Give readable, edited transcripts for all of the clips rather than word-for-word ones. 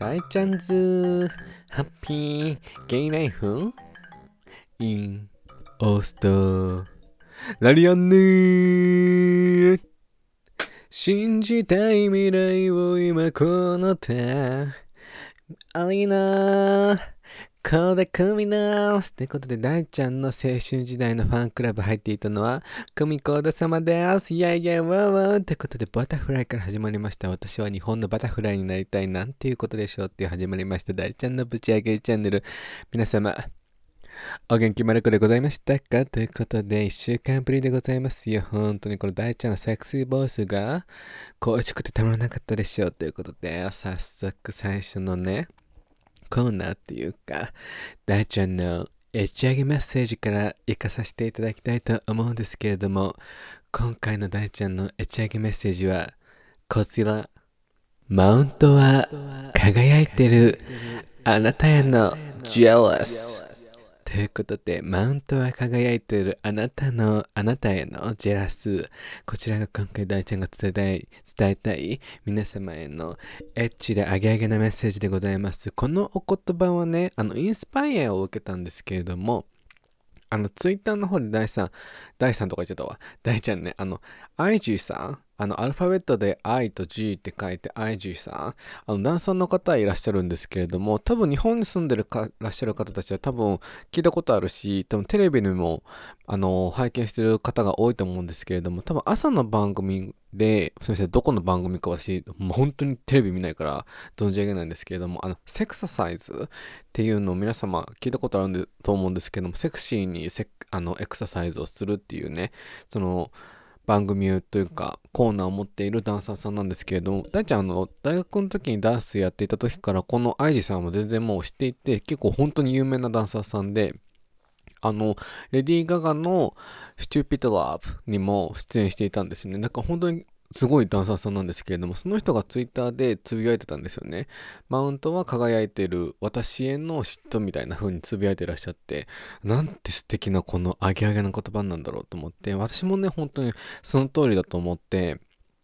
大ちゃんズハッピーゲイライフインオーストラリアンヌ信じたい未来を今この手ありなこれ組み直すってことで大ちゃんの青春時代のファンクラブ入っていたのは久美子様ですイェイイェイワーワーってことでバタフライから始まりました私は日本のバタフライになりたいなんていうことでしょうっていう始まりました大ちゃんのぶち上げチャンネル皆様お元気まる子でございましたかということで1週間ぶりでございますよ本当にこの大ちゃんのセクシーボイスが恋しくてたまらなかったでしょうということで早速最初のねコーナーっていうか大ちゃんの打ち上げメッセージから行かさせていただきたいと思うんですけれども今回の大ちゃんの打ち上げメッセージはこちらマウントは輝いてるあなたへのジェラスということでマウントは輝いているあなたへのジェラスこちらが今回大ちゃんが伝えたい皆様へのエッチでアゲアゲなメッセージでございますこのお言葉はねインスパイアを受けたんですけれどもツイッターの方で大さんとか言っちゃったわ。大ちゃんね、IG さん、アルファベットで I と G って書いて IG さん、ダンサーの方いらっしゃるんですけれども、多分日本に住んでらっしゃる方たちは多分聞いたことあるし、多分テレビにも、拝見してる方が多いと思うんですけれども、多分朝の番組で、すみません、どこの番組か私、もう本当にテレビ見ないから存じ上げないんですけれども、セクササイズっていうのを皆様聞いたことあると思うんですけども、セクシーにエクササイズをするっていうね、その番組というかコーナーを持っているダンサーさんなんですけれども、大ちゃん大学の時にダンスやっていた時からこのアイジさんは全然もう知っていて、結構本当に有名なダンサーさんで、レディー・ガガの Stupid Love にも出演していたんですよね。なんか本当にすごいダンサーさんなんですけれども、その人がツイッターでつぶやいてたんですよね。マウントは輝いてる私への嫉妬みたいな風につぶやいてらっしゃって、なんて素敵なこのアゲアゲな言葉なんだろうと思って、私もね、本当にその通りだと思って、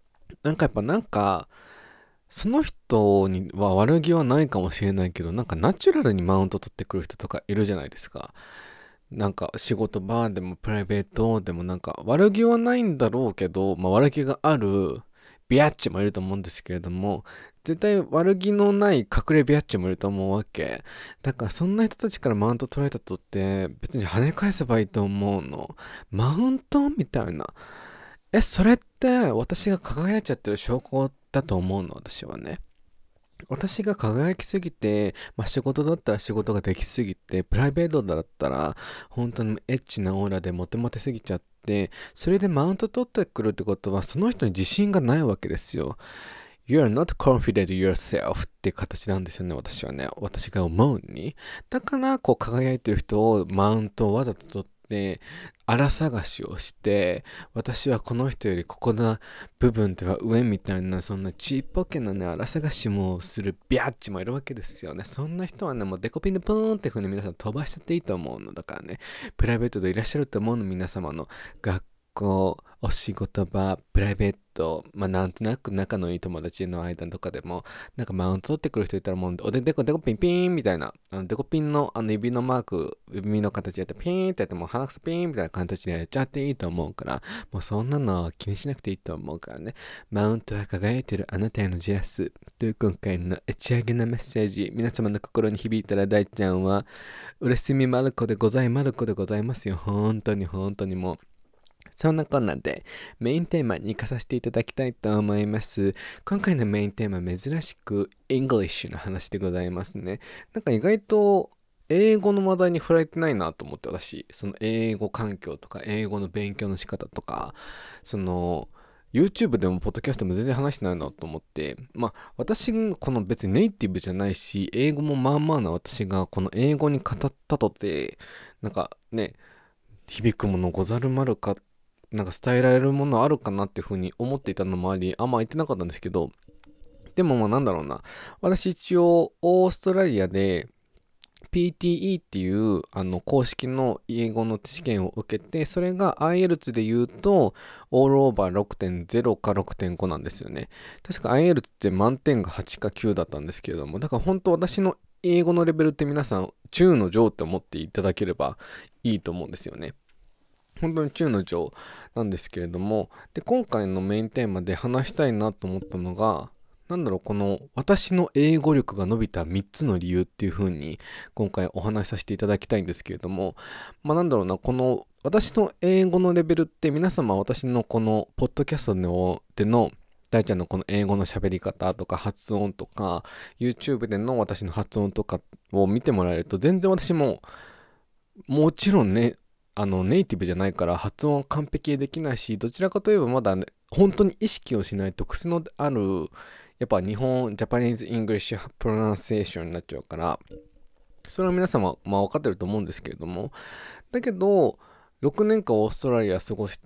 その人には悪気はないかもしれないけど、なんかナチュラルにマウント取ってくる人とかいるじゃないですか。なんか仕事場でもプライベートでもなんか悪気はないんだろうけど、悪気があるビアッチもいると思うんですけれども、絶対悪気のない隠れビアッチもいると思うわけ。だからそんな人たちからマウント取られたとって別に跳ね返せばいいと思うの。マウントみたいな。それって私が輝いちゃってる証拠だと思うの、私はね。私が輝きすぎて、仕事だったら仕事ができすぎて、プライベートだったら、本当にエッチなオーラでモテモテすぎちゃって、それでマウント取ってくるってことは、その人に自信がないわけですよ。You're not confident yourself っていう形なんですよね、私はね。私が思うに。だから、輝いてる人をマウントをわざと取って、荒探しをして、私はこの人よりここの部分では上みたいな、そんなちっぽけなね、荒探しもするビャッチもいるわけですよね。そんな人はね、もうデコピンでプーンって風に皆さん飛ばしちゃっていいと思うの。だからね、プライベートでいらっしゃると思うの、皆様の学校、お仕事場、プライベート、なんとなく仲のいい友達の間とかでも、なんかマウント取ってくる人いたらもう、おでデコデコピンピーンみたいな、デコピンの指のマーク、指の形やってピーンってやってもう鼻くそピーンみたいな形でやっちゃっていいと思うから、もうそんなのは気にしなくていいと思うからね。マウントは輝いてるあなたへのジェラスという今回の打ち上げなメッセージ、皆様の心に響いたら大ちゃんは、うれしみまる子でございますよ。本当に本当にもう。そんなこんなんでメインテーマに行かさせていただきたいと思います。今回のメインテーマ珍しく English の話でございますね。なんか意外と英語の話題に触れてないなと思って私、その英語環境とか英語の勉強の仕方とか、その YouTube でもポッドキャストも全然話してないなと思って、私この別にネイティブじゃないし、英語もまあまあな私がこの英語に語ったとて、なんかね、響くものござるまるかなんか伝えられるものあるかなっていうふうに思っていたのもあり、あんま言ってなかったんですけど、でもなんだろうな。私一応、オーストラリアで PTE っていう公式の英語の試験を受けて、それが IELTS で言うとオールオーバー 6.0 か 6.5 なんですよね。確か IELTS って満点が8か9だったんですけれども、だから本当私の英語のレベルって皆さん中の上って思っていただければいいと思うんですよね。本当に中の上なんですけれども、で今回のメインテーマで話したいなと思ったのが、この私の英語力が伸びた3つの理由っていう風に今回お話しさせていただきたいんですけれども、この私の英語のレベルって皆様私のこのポッドキャストでの大ちゃんのこの英語の喋り方とか発音とか YouTube での私の発音とかを見てもらえると、全然私ももちろんね、ネイティブじゃないから発音完璧にできないし、どちらかといえばまだね、本当に意識をしないと癖のある、やっぱジャパニーズ・イングリッシュ・プロナンセーションになっちゃうから、それは皆様、分かってると思うんですけれども、だけど、6年間オーストラリア過ごして、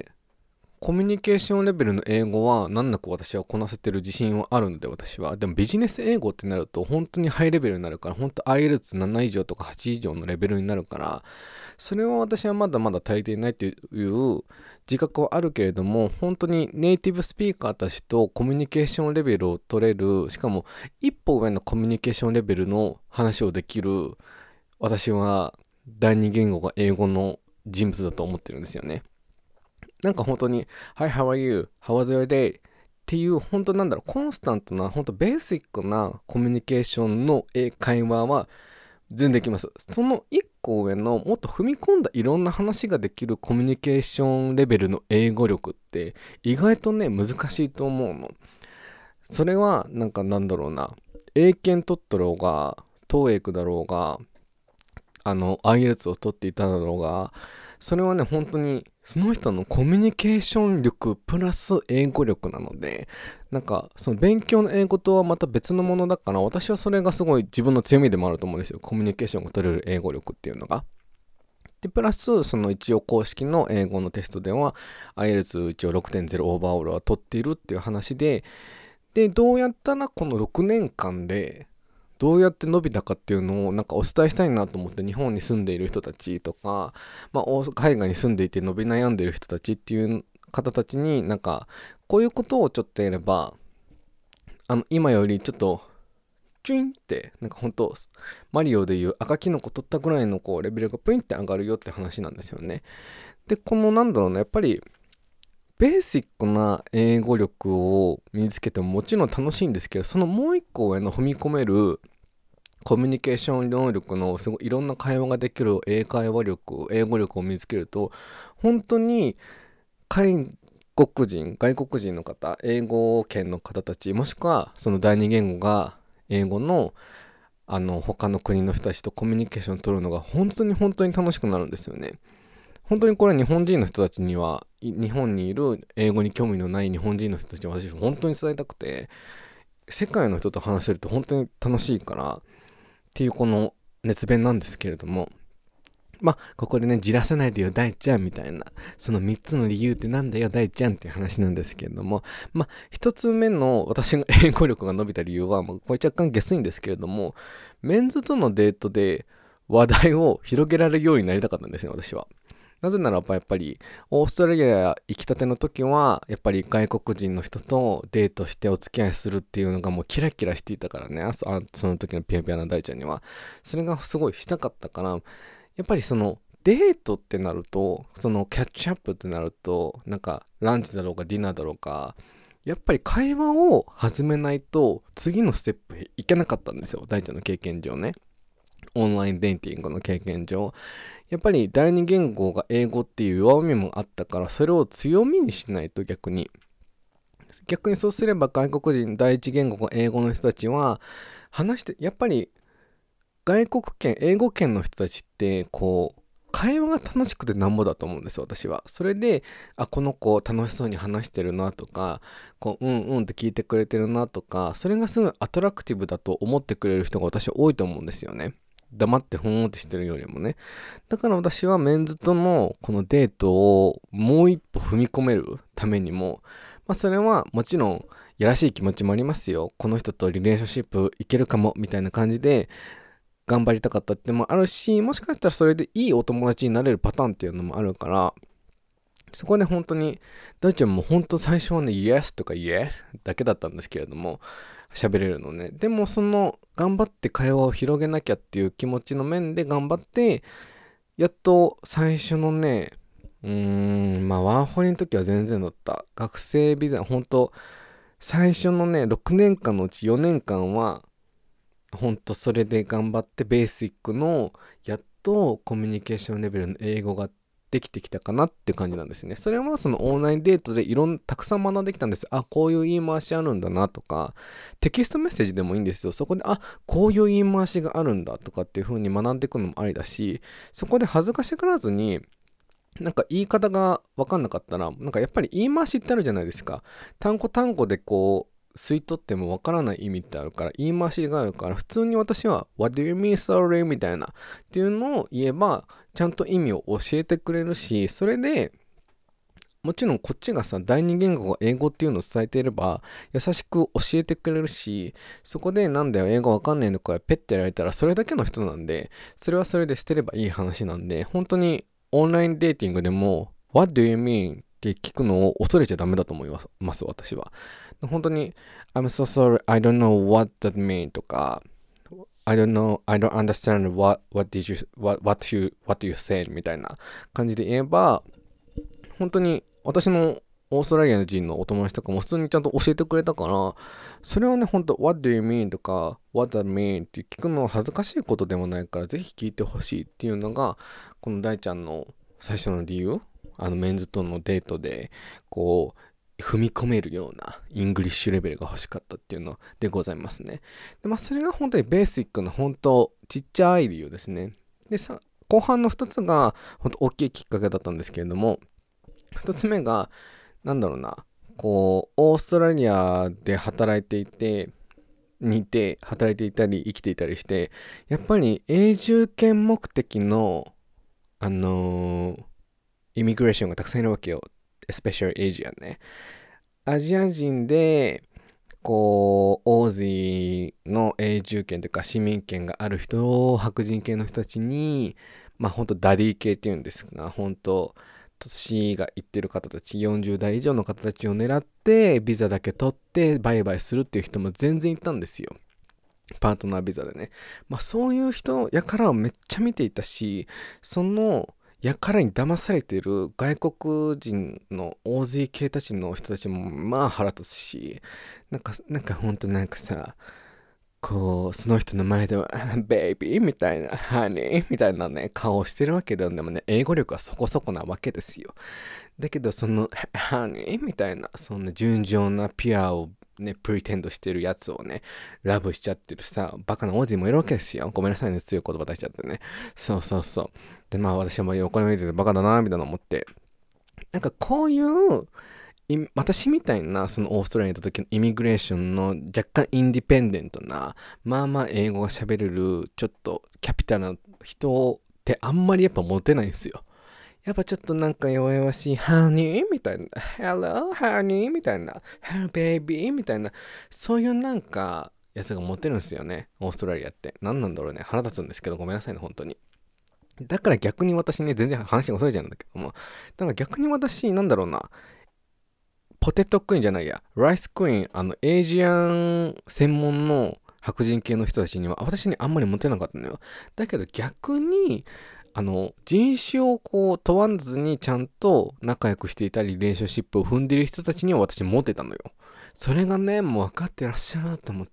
コミュニケーションレベルの英語は難なく私はこなせてる自信はあるので、私は。でもビジネス英語ってなると本当にハイレベルになるから、本当 IELTS7 以上とか8以上のレベルになるから、それは私はまだまだ足りていないという自覚はあるけれども、本当にネイティブスピーカーたちとコミュニケーションレベルを取れる、しかも一歩上のコミュニケーションレベルの話をできる、私は第二言語が英語の人物だと思ってるんですよね。本当に Hi, how are you? How was your day? っていう本当コンスタントな本当ベーシックなコミュニケーションの会話は全然できます。その一個上のもっと踏み込んだいろんな話ができるコミュニケーションレベルの英語力って意外とね難しいと思うの。それは英検取ったろうが TOEIC だろうがIELTS を取っていただろうが、それはね本当にその人のコミュニケーション力プラス英語力なので、その勉強の英語とはまた別のものだから、私はそれがすごい自分の強みでもあると思うんですよ。コミュニケーションが取れる英語力っていうのが。でプラスその一応公式の英語のテストでは IELTS 一応 6.0 オーバーオールは取っているっていう話で、どうやったらこの6年間でどうやって伸びたかっていうのをお伝えしたいなと思って、日本に住んでいる人たちとか、海外に住んでいて伸び悩んでいる人たちっていう方たちにこういうことをちょっとやれば今よりちょっとチュインって本当マリオでいう赤キノコ取ったぐらいのレベルがプインって上がるよって話なんですよね。でこのやっぱりベーシックな英語力を身につけてももちろん楽しいんですけど、そのもう一個への踏み込めるコミュニケーション能力のすごいいろんな会話ができる英語力を身につけると、本当に外国人の方、英語圏の方たち、もしくはその第二言語が英語の他の国の人たちとコミュニケーションを取るのが本当に楽しくなるんですよね。本当にこれは日本人の人たちには、日本にいる英語に興味のない日本人の人たちに私本当に伝えたくて、世界の人と話せると本当に楽しいからっていうこの熱弁なんですけれども、ここでねじらさないでよ大ちゃんみたいな、その3つの理由ってなんだよ大ちゃんっていう話なんですけれども、1つ目の私が英語力が伸びた理由は、これ若干下水んですけれども、メンズとのデートで話題を広げられるようになりたかったんですね、私は。なぜならばやっぱりオーストラリア行きたての時はやっぱり外国人の人とデートしてお付き合いするっていうのがもうキラキラしていたからね、その時のピアピアな大ちゃんにはそれがすごいしたかったから、やっぱりそのデートってなると、そのキャッチアップってなるとランチだろうかディナーだろうか、やっぱり会話を始めないと次のステップいけなかったんですよ、大ちゃんの経験上ね。オンラインデーティングの経験上、やっぱり第二言語が英語っていう弱みもあったから、それを強みにしないと逆にそうすれば外国人第一言語が英語の人たちは話して、やっぱり外国圏英語圏の人たちって会話が楽しくてなんぼだと思うんですよ、私は。それでこの子楽しそうに話してるなとか、うんうんって聞いてくれてるなとか、それがすごいアトラクティブだと思ってくれる人が私は多いと思うんですよね。黙ってほーんってしてるよりもね。だから私はメンズとのこのデートをもう一歩踏み込めるためにも、それはもちろんやらしい気持ちもありますよ。この人とリレーションシップいけるかもみたいな感じで頑張りたかったっていうのもあるし、もしかしたらそれでいいお友達になれるパターンっていうのもあるから、そこで本当に、大ちゃんも本当最初はね、Yes とか Yes だけだったんですけれども、喋れるのね。でもその、頑張って会話を広げなきゃっていう気持ちの面で頑張って、やっと最初のね、ワーホリの時は全然だった。学生ビザ、本当最初のね、6年間のうち4年間は、本当それで頑張ってベーシックの、やっとコミュニケーションレベルの英語ができてきたかなって感じなんですね。それはそのオンラインデートでたくさん学んできたんです。あ、こういう言い回しあるんだなとか、テキストメッセージでもいいんですよ。そこで、あ、こういう言い回しがあるんだとかっていう風に学んでいくのもありだし、そこで恥ずかしがらずに、なんか言い方が分かんなかったら、なんかやっぱり言い回しってあるじゃないですか。単語単語でこう、吸い取っても分からない意味ってあるから、言い回しがあるから、普通に私は、What do you mean sorry? みたいな、っていうのを言えば、ちゃんと意味を教えてくれるし、それで、もちろんこっちがさ、第二言語が英語っていうのを伝えていれば、優しく教えてくれるし、そこでなんだよ、英語わかんねえのかペッてやられたら、それだけの人なんで、それはそれで捨てればいい話なんで、本当にオンラインデーティングでも、What do you mean? って聞くのを恐れちゃダメだと思います、私は。本当に、I'm so sorry, I don't know what that mean とか、I don't know, I don't understand what you said みたいな感じで言えば、本当に私のオーストラリア人のお友達とかも普通にちゃんと教えてくれたから、それはね、本当 What do you mean? とか What does that mean? って聞くのは恥ずかしいことでもないから、ぜひ聞いてほしいっていうのが、この大ちゃんの最初の理由、メンズとのデートで、こう、踏み込めるようなイングリッシュレベルが欲しかったっていうのでございますね。で、それが本当にベーシックな本当ちっちゃい理由ですね。でさ、後半の2つが本当大きいきっかけだったんですけれども、1つ目が、なんだろうな、こう、オーストラリアで働いていたり生きていたりして、やっぱり永住権目的の、イミグレーションがたくさんいるわけよ。especially Asian ね。アジア人で、こう、オージーの永住権というか市民権がある人、白人系の人たちに、本当ダディ系っていうんですが、本当年がいってる方たち、40代以上の方たちを狙って、ビザだけ取って売買するっていう人も全然いたんですよ。パートナービザでね。そういう人やからをめっちゃ見ていたし、そのやからに騙されている外国人の大勢系たちの人たちも腹立つし、ほんとさ、こう、その人の前では、ベイビーみたいな、ハニーみたいなね、顔をしてるわけでもね、英語力はそこそこなわけですよ。だけど、その、ハニーみたいな、そんな純情なピュアをね、プリテンドしてるやつをね、ラブしちゃってるさ、バカな王子もいるわけですよ。ごめんなさいね、強い言葉出しちゃってね。そうそうそう。で、私は横に見ててバカだな、みたいな思って。こういう、私みたいなそのオーストラリアに行った時のイミグレーションの若干インディペンデントな英語が喋れるちょっとキャピタルな人ってあんまりやっぱモテないんですよ。やっぱちょっと弱々しいハニーみたいな Hello ハニーみたいな Hello baby みたいな、そういうやつがモテるんですよね、オーストラリアって。何なんだろうね、腹立つんですけど、ごめんなさいね本当に。だから逆に私ね、全然話が遅いじゃうんだけども、逆に私ポテトクイーンじゃないや、ライスクイーン、エイジアン専門の白人系の人たちには、私にあんまりモテなかったのよ。だけど逆に、人種をこう問わずにちゃんと仲良くしていたり、リレーションシップを踏んでいる人たちには私モテたのよ。それがね、もう分かってらっしゃると思って、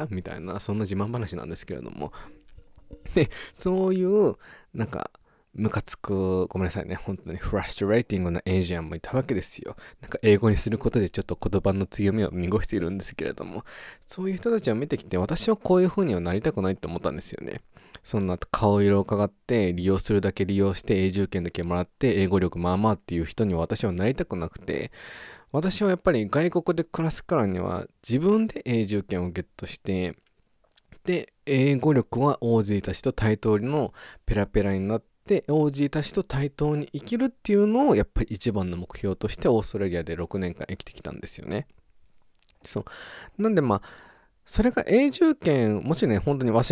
みたいな、そんな自慢話なんですけれども。で、そういう、ムカつく、ごめんなさいね、本当にフラストレーティングなエイジアンもいたわけですよ。英語にすることでちょっと言葉の強みを濁しているんですけれども、そういう人たちを見てきて、私はこういう風にはなりたくないって思ったんですよね。そんな顔色を伺って利用するだけ利用して永住権だけもらって英語力っていう人には私はなりたくなくて、私はやっぱり外国で暮らすからには自分で永住権をゲットして、で英語力は OG たちと対等のペラペラになって、OG たちと対等に生きるっていうのをやっぱり一番の目標としてオーストラリアで6年間生きてきたんですよね。そうなんでそれが永住権、もしね本当にわしが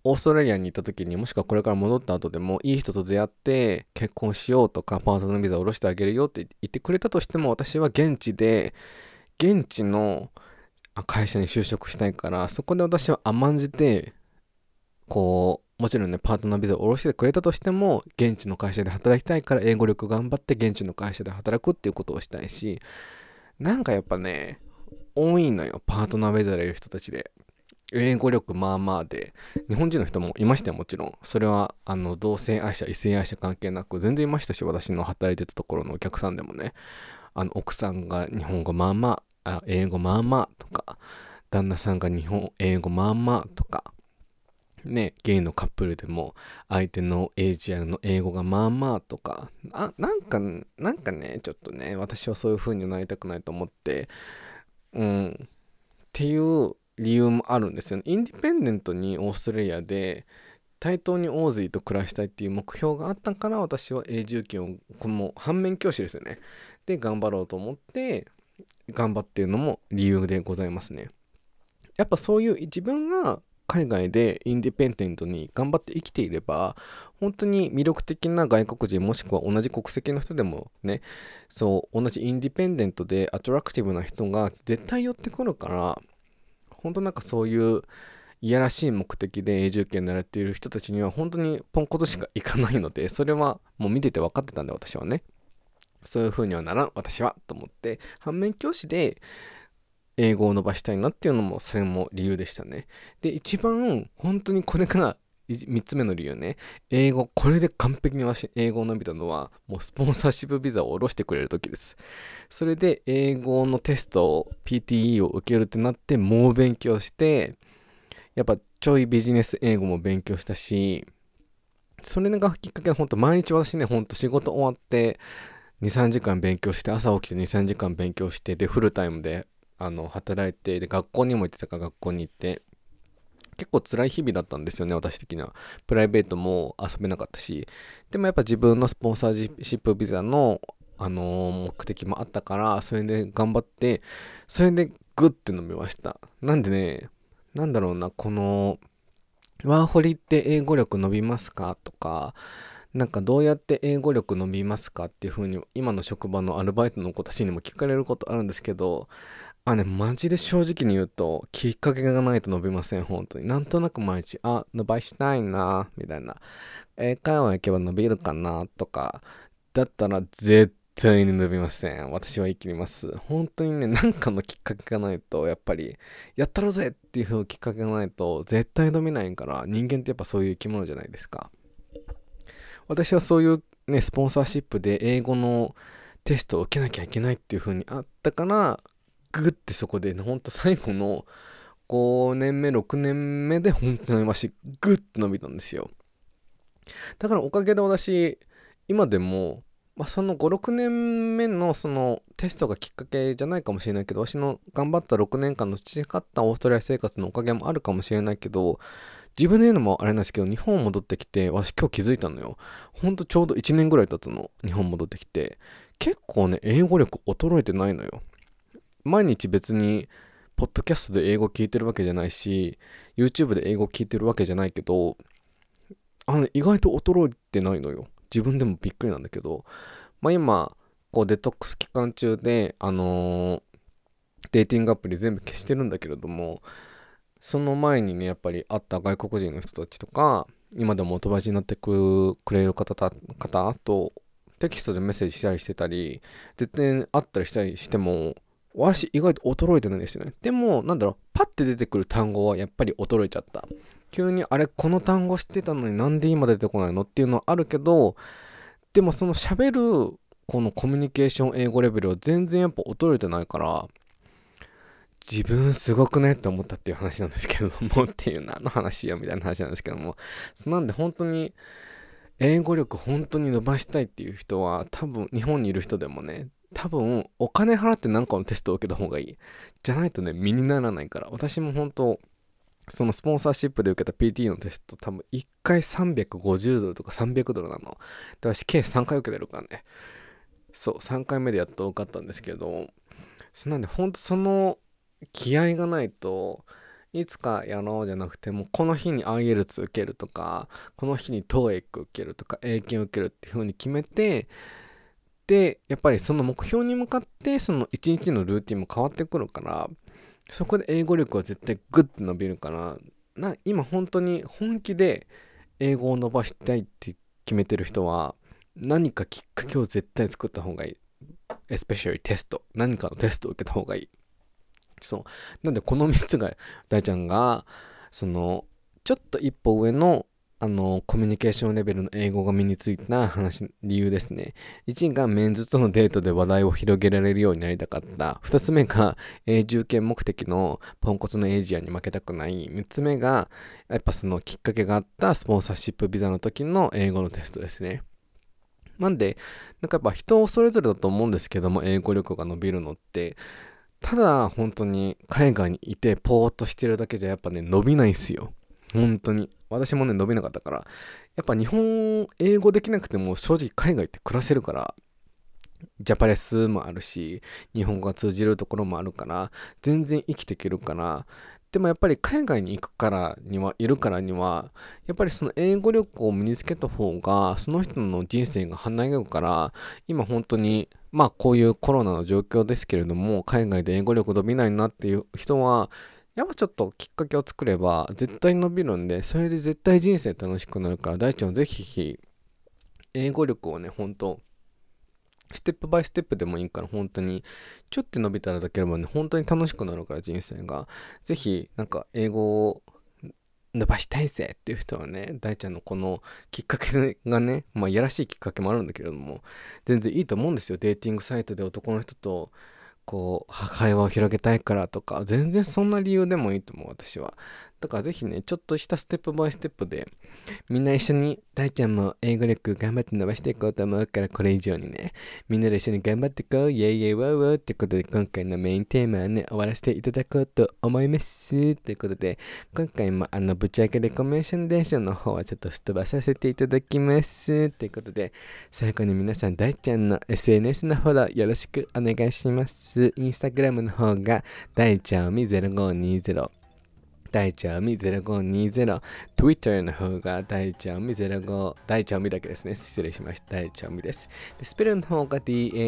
オーストラリアに行った時にもしくはこれから戻った後でもいい人と出会って結婚しようとかパートナービザを下ろしてあげるよって言ってくれたとしても私は現地の会社に就職したいからそこで私は甘んじてもちろんねパートナービザを下ろしてくれたとしても現地の会社で働きたいから英語力頑張って現地の会社で働くっていうことをしたいしなんかやっぱね多いのよパートナービザでいる人たちで英語力まあまあで日本人の人もいましたよもちろんそれは同性愛者異性愛者関係なく全然いましたし私の働いてたところのお客さんでもね奥さんが日本語まあまあ英語まあまあとか旦那さんが英語まあまあとかね、ゲイのカップルでも相手のエイジアの英語がまあまあとかなんかねちょっとね私はそういう風になりたくないと思ってっていう理由もあるんですよね。インディペンデントにオーストラリアで対等にオーズイと暮らしたいっていう目標があったから私は永住権をこの反面教師ですよねで頑張ろうと思って頑張っているのも理由でございますね。やっぱそういう自分が海外でインディペンデントに頑張って生きていれば本当に魅力的な外国人もしくは同じ国籍の人でもねそう同じインディペンデントでアトラクティブな人が絶対寄ってくるから本当なんかそういういやらしい目的で永住権狙っている人たちには本当にポンコツしかいかないのでそれはもう見てて分かってたんで私はねそういう風にはならん私はと思って反面教師で英語を伸ばしたいなっていうのもそれも理由でしたね。で一番本当にこれが3つ目の理由ねこれで完璧に私英語を伸びたのはもうスポンサーシップビザを下ろしてくれる時です。それで英語のテストを PTE を受けるってなってもう勉強してやっぱちょいビジネス英語も勉強したしそれがきっかけで本当毎日私ね本当仕事終わって2、3時間勉強して朝起きて2、3時間勉強してでフルタイムで働いてで学校にも行ってたから学校に行って結構辛い日々だったんですよね私的にはプライベートも遊べなかったしでもやっぱ自分のスポンサーシップビザの目的もあったからそれで頑張ってそれでグッて伸びましたなんでねなんだろうなこのワーホリって英語力伸びますかとかなんかどうやって英語力伸びますかっていう風に今の職場のアルバイトの子たちにも聞かれることあるんですけどマジで正直に言うと、きっかけがないと伸びません、本当に。なんとなく毎日、伸ばしたいな、みたいな。英会話行けば伸びるかな、とか、だったら絶対に伸びません。私は言い切ります。本当にね、なんかのきっかけがないと、やっぱり、やったろぜっていう風なきっかけがないと、絶対伸びないから、人間ってやっぱそういう生き物じゃないですか。私はそういうね、スポンサーシップで英語のテストを受けなきゃいけないっていう風にあったから、グッてそこで、ほんと最後の5年目、6年目で本当に足グッて伸びたんですよ。だからおかげで私、今でも、その5、6年目のそのテストがきっかけじゃないかもしれないけど、私の頑張った6年間の培ったオーストラリア生活のおかげもあるかもしれないけど、自分で言うのもあれなんですけど、日本戻ってきて、私今日気づいたのよ。ほんとちょうど1年ぐらい経つの。日本戻ってきて。結構ね、英語力衰えてないのよ。毎日別にポッドキャストで英語聞いてるわけじゃないし YouTube で英語聞いてるわけじゃないけど意外と衰えてないのよ自分でもびっくりなんだけど今デトックス期間中でデーティングアプリ全部消してるんだけれどもその前にねやっぱり会った外国人の人たちとか今でもお友達になってくれる方とテキストでメッセージしたりしてたり絶対会ったりしたりしても私意外と衰えてないんですよね。でも、パッて出てくる単語はやっぱり衰えちゃった。急に、この単語知ってたのになんで今出てこないのっていうのはあるけど、でもその喋る、このコミュニケーション英語レベルは全然やっぱ衰えてないから、自分すごくねって思ったっていう話なんですけれども、っていう何の話よみたいな話なんですけども、なんで本当に、英語力本当に伸ばしたいっていう人は、多分日本にいる人でもね、多分お金払って何かのテストを受けた方がいい。じゃないとね、身にならないから。私も本当、そのスポンサーシップで受けた PT のテスト、多分1回350ドルとか300ドルなの。で、私計3回受けてるからね。そう、3回目でやっと受かったんですけど、なんで本当その気合がないと、 いつかやろうじゃなくても、この日に IELTS 受けるとか、この日に TOEIC 受けるとか、英検受けるっていう風に決めて、で、やっぱりその目標に向かって、その一日のルーティンも変わってくるから、そこで英語力は絶対グッて伸びるから、今本当に本気で英語を伸ばしたいって決めてる人は、何かきっかけを絶対作った方がいい。especially テスト。何かのテストを受けた方がいい。そう。なんでこの3つが大ちゃんがそのちょっと一歩上のコミュニケーションレベルの英語が身についた理由ですね。1がメンズとのデートで話題を広げられるようになりたかった。2つ目が永住権目的のポンコツのエイジアに負けたくない。3つ目がやっぱそのきっかけがあったスポンサーシップビザの時の英語のテストですね。なんで、なんかやっぱ人それぞれだと思うんですけども、英語力が伸びるのって、ただ本当に海外にいてポーっとしてるだけじゃやっぱね、伸びないんすよ。本当に。私もね、伸びなかったから。やっぱ英語できなくても正直海外って暮らせるから、ジャパレスもあるし、日本語が通じるところもあるから、全然生きていけるから、でもやっぱり海外に行くからには、いるからには、やっぱりその英語力を身につけた方が、その人の人生が華やぐから、今本当に、まあこういうコロナの状況ですけれども、海外で英語力伸びないなっていう人は、やっぱちょっときっかけを作れば絶対伸びるんで、それで絶対人生楽しくなるから、大ちゃんはぜひ英語力をね、本当ステップバイステップでもいいから本当にちょっと伸びたらだけでもね本当に楽しくなるから人生がぜひなんか英語を伸ばしたいぜっていう人はね大ちゃんのこのきっかけがねまあいやらしいきっかけもあるんだけれども全然いいと思うんですよ。デーティングサイトで男の人とこう会話を広げたいからとか全然そんな理由でもいいと思う私は。だからぜひねちょっとしたステップバイステップでみんな一緒に大ちゃんも英語力頑張って伸ばしていこうと思うからこれ以上にねみんなで一緒に頑張っていこうイェイイェイワーワーってことで今回のメインテーマはね終わらせていただこうと思いますということで今回もぶち上げレコメンションデーションの方はちょっとすっ飛ばさせていただきますということで最後に皆さん大ちゃんの SNS のフォローよろしくお願いします。インスタグラムの方が大ちゃんみ0520大ちゃんみ0520 Twitter の方が大ちゃんみ05大ちゃんみだけですね失礼しました大ちゃんみです。でスペルの方が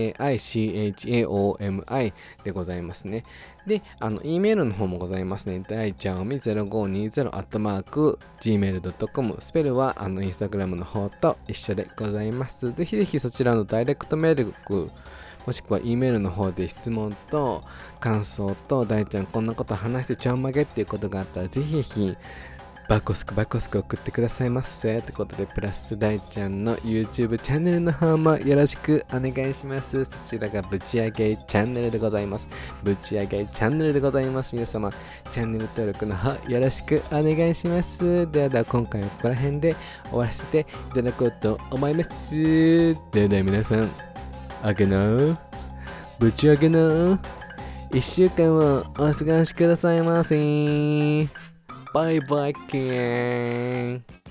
DAICHAOMI でございますね。でE メールの方もございますね。大ちゃんみ0520 gmail.com スペルはインスタグラムの方と一緒でございます。ぜひぜひそちらのダイレクトメールもしくは E メールの方で質問と感想と大ちゃんこんなこと話してちょんまげっていうことがあったらぜひぜひバコスク送ってくださいませってことでプラス大ちゃんの YouTube チャンネルの方もよろしくお願いします。そちらがぶち上げチャンネルでございます。ぶち上げチャンネルでございます。皆様チャンネル登録の方よろしくお願いします。では今回はここら辺で終わらせていただこうと思います。では皆さんぶち上げの1週間をお過ごしくださいませ。バイバイキーン。